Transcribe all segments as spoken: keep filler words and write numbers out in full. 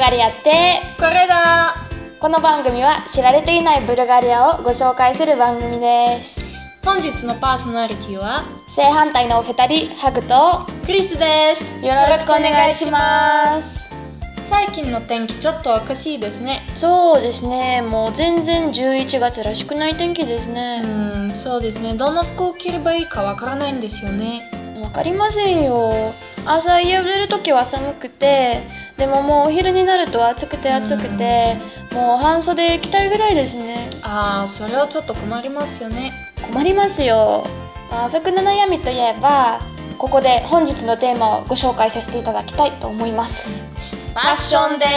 ガリアってこれだ。 この番組は知られていないブルガリアをご紹介する番組です。 本日のパーソナリティは正反対のお二人、ハグとクリスです。 よろしくお願いします。 最近の天気ちょっとおかしいですね。 そうですね、もう全然じゅういちがつらしくない天気ですね。 うーん、そうですね。どんな服を着ればいいかわからないんですよね。 わかりませんよ。朝家を出るときは寒くて、でももうお昼になると暑くて暑くて、もう半袖着たいぐらいですね。 あー、それはちょっと困りますよね。 困りますよ。あ、服の悩みといえば、ここで本日のテーマをご紹介させていただきたいと思います。 ファッションです。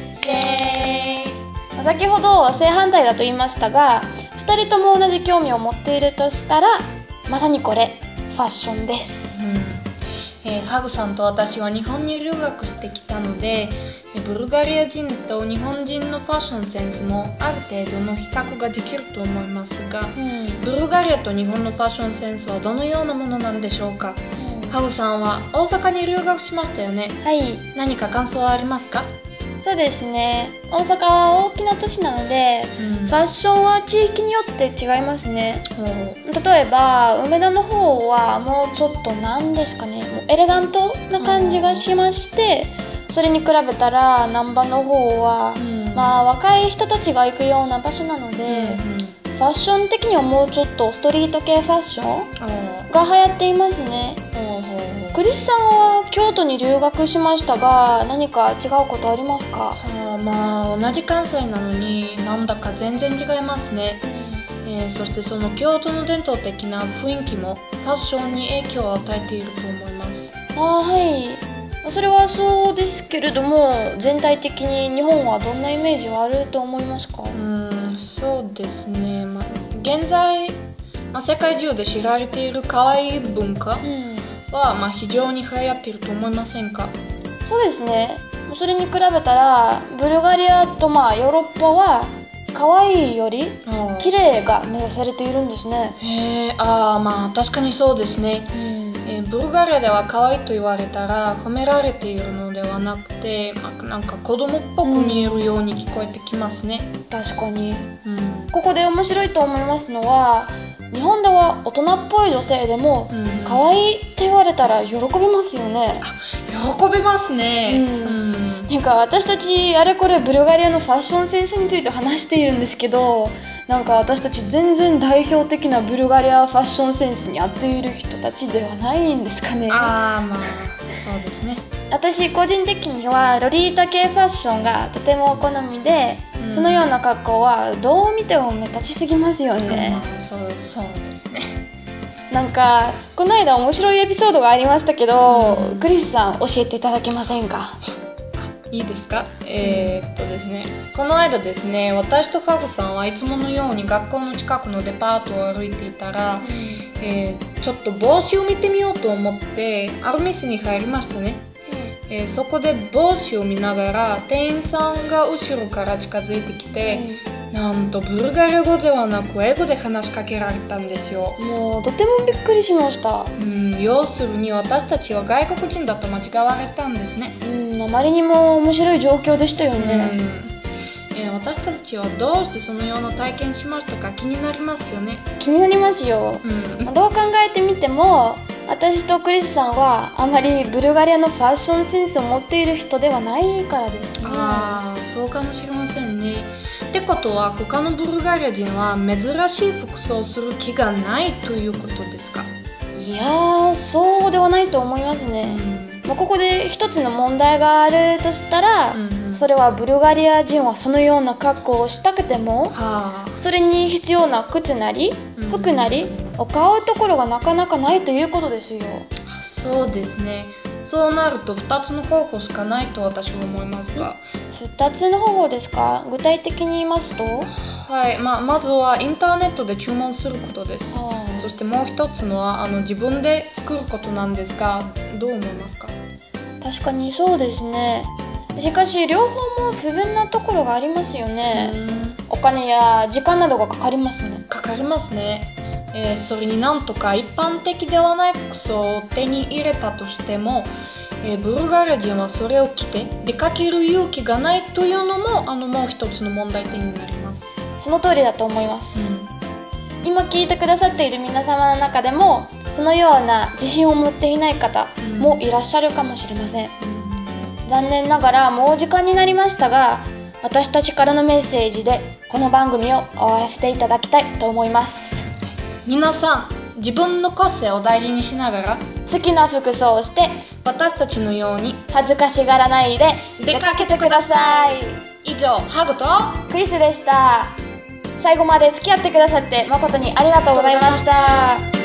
イエーイ。 先ほど正反対だと言いましたが、ふたりとも同じ興味を持っているとしたら、まさにこれファッションです。 うんえー、ハグさんと私は日本に留学してきたので、ブルガリア人と日本人のファッションセンスもある程度の比較ができると思いますが、うん、ブルガリアと日本のファッションセンスはどのようなものなんでしょうか。うん、ハグさんは大阪に留学しましたよね。 はい。何か感想はありますか？ そうですね、大阪は大きな都市なので、うん、ファッションは地域によって違いますね。例えば梅田の方はもうちょっとなんですかね、もうエレガントな感じがしまして、それに比べたら難波の方は、うん、まあ若い人たちが行くような場所なので、うんうん、ファッション的にはもうちょっとストリート系ファッションが流行っていますね。クリスさんは京都に留学しましたが、何か違うことありますか？ はあ、まあ同じ関西なのになんだか全然違いますね。うん、えー、そしてその京都の伝統的な雰囲気もファッションに影響を与えていると思います。 あ、はい、それはそうですけれども、全体的に日本はどんなイメージがあると思いますか？ うーん、そうですね、まあ、現在、まあ、世界中で知られている可愛い文化は、うん、まあ、非常に流行っていると思いませんか？ そうですね。それに比べたらブルガリアとまあヨーロッパは可愛いより綺麗が目指されているんですね。 へえ、ああ、まあ確かにそうですね。うん、えー、ブルガリアでは可愛いと言われたら褒められているのではなくて、まあ、なんか子供っぽく見えるように聞こえてきますね。 うん、確かに、うん、ここで面白いと思いますのは、日本では大人っぽい女性でも、うん、可愛いって言われたら喜びますよね。 喜びますね。うん、 うん、なんか私たちあれこれブルガリアのファッションセンスについて話しているんですけど、なんか私たち全然代表的なブルガリアファッションセンスに合っている人たちではないんですかね。 ああ、まあそうですね。 私個人的にはロリータ系ファッションがとてもお好みで、うん、そのような格好はどう見ても目立ちすぎますよね。 まあ、そうそうですね。 なんかこの間面白いエピソードがありましたけど、うん、クリスさん教えていただけませんか？ いいですか？えー、っとですね、この間ですね、私とハグさんはいつものように学校の近くのデパートを歩いていたら、うん、えー、ちょっと帽子を見てみようと思ってある店に入りましたね。うん、えー、そこで帽子を見ながら店員さんが後ろから近づいてきて、うん、なんとブルガリア語ではなく英語で話しかけられたんですよ。 もうとてもびっくりしました。 うん、要するに私たちは外国人だと間違われたんですね。 うん、あまりにも面白い状況でしたよね。 うん、えー、私たちはどうしてそのような体験しましたか？気になりますよね。 気になりますよ。うん、どう考えてみても私とクリスさんはあまりブルガリアのファッションセンスを持っている人ではないからですね。 ああ、そうかもしれませんね。ってことは他のブルガリア人は珍しい服装をする気がないということですか？ いやー、そうではないと思いますね。うん、まあ、ここで一つの問題があるとしたら、うんうん、それはブルガリア人はそのような格好をしたくても、はあ、それに必要な靴なり服なりを買うところがなかなかないということですよ。 そうですね。そうなるとふたつの方法しかないと私は思いますが。 ふたつの方法ですか？具体的に言いますと、 はい、まあ、まずはインターネットで注文することです。はあ、そしてもう一つのはあの自分で作ることなんですが、どう思いますか？ 確かにそうですね。しかし両方も不便なところがありますよね。お金や時間などがかかりますね。 かかりますね。えー、それになんとか一般的ではない服装を手に入れたとしても、 えー、ブルガリア人はそれを着て出かける勇気がないというのもあのもう一つの問題点になります。 その通りだと思います、うん、今聞いてくださっている皆様の中でもそのような自信を持っていない方もいらっしゃるかもしれません、うん、残念ながらもう時間になりましたが、私たちからのメッセージでこの番組を終わらせていただきたいと思います。 皆さん自分の個性を大事にしながら好きな服装をして私たちのように恥ずかしがらないで出かけてください。 以上、ハグとクリスでした。最後まで付き合ってくださって誠にありがとうございました。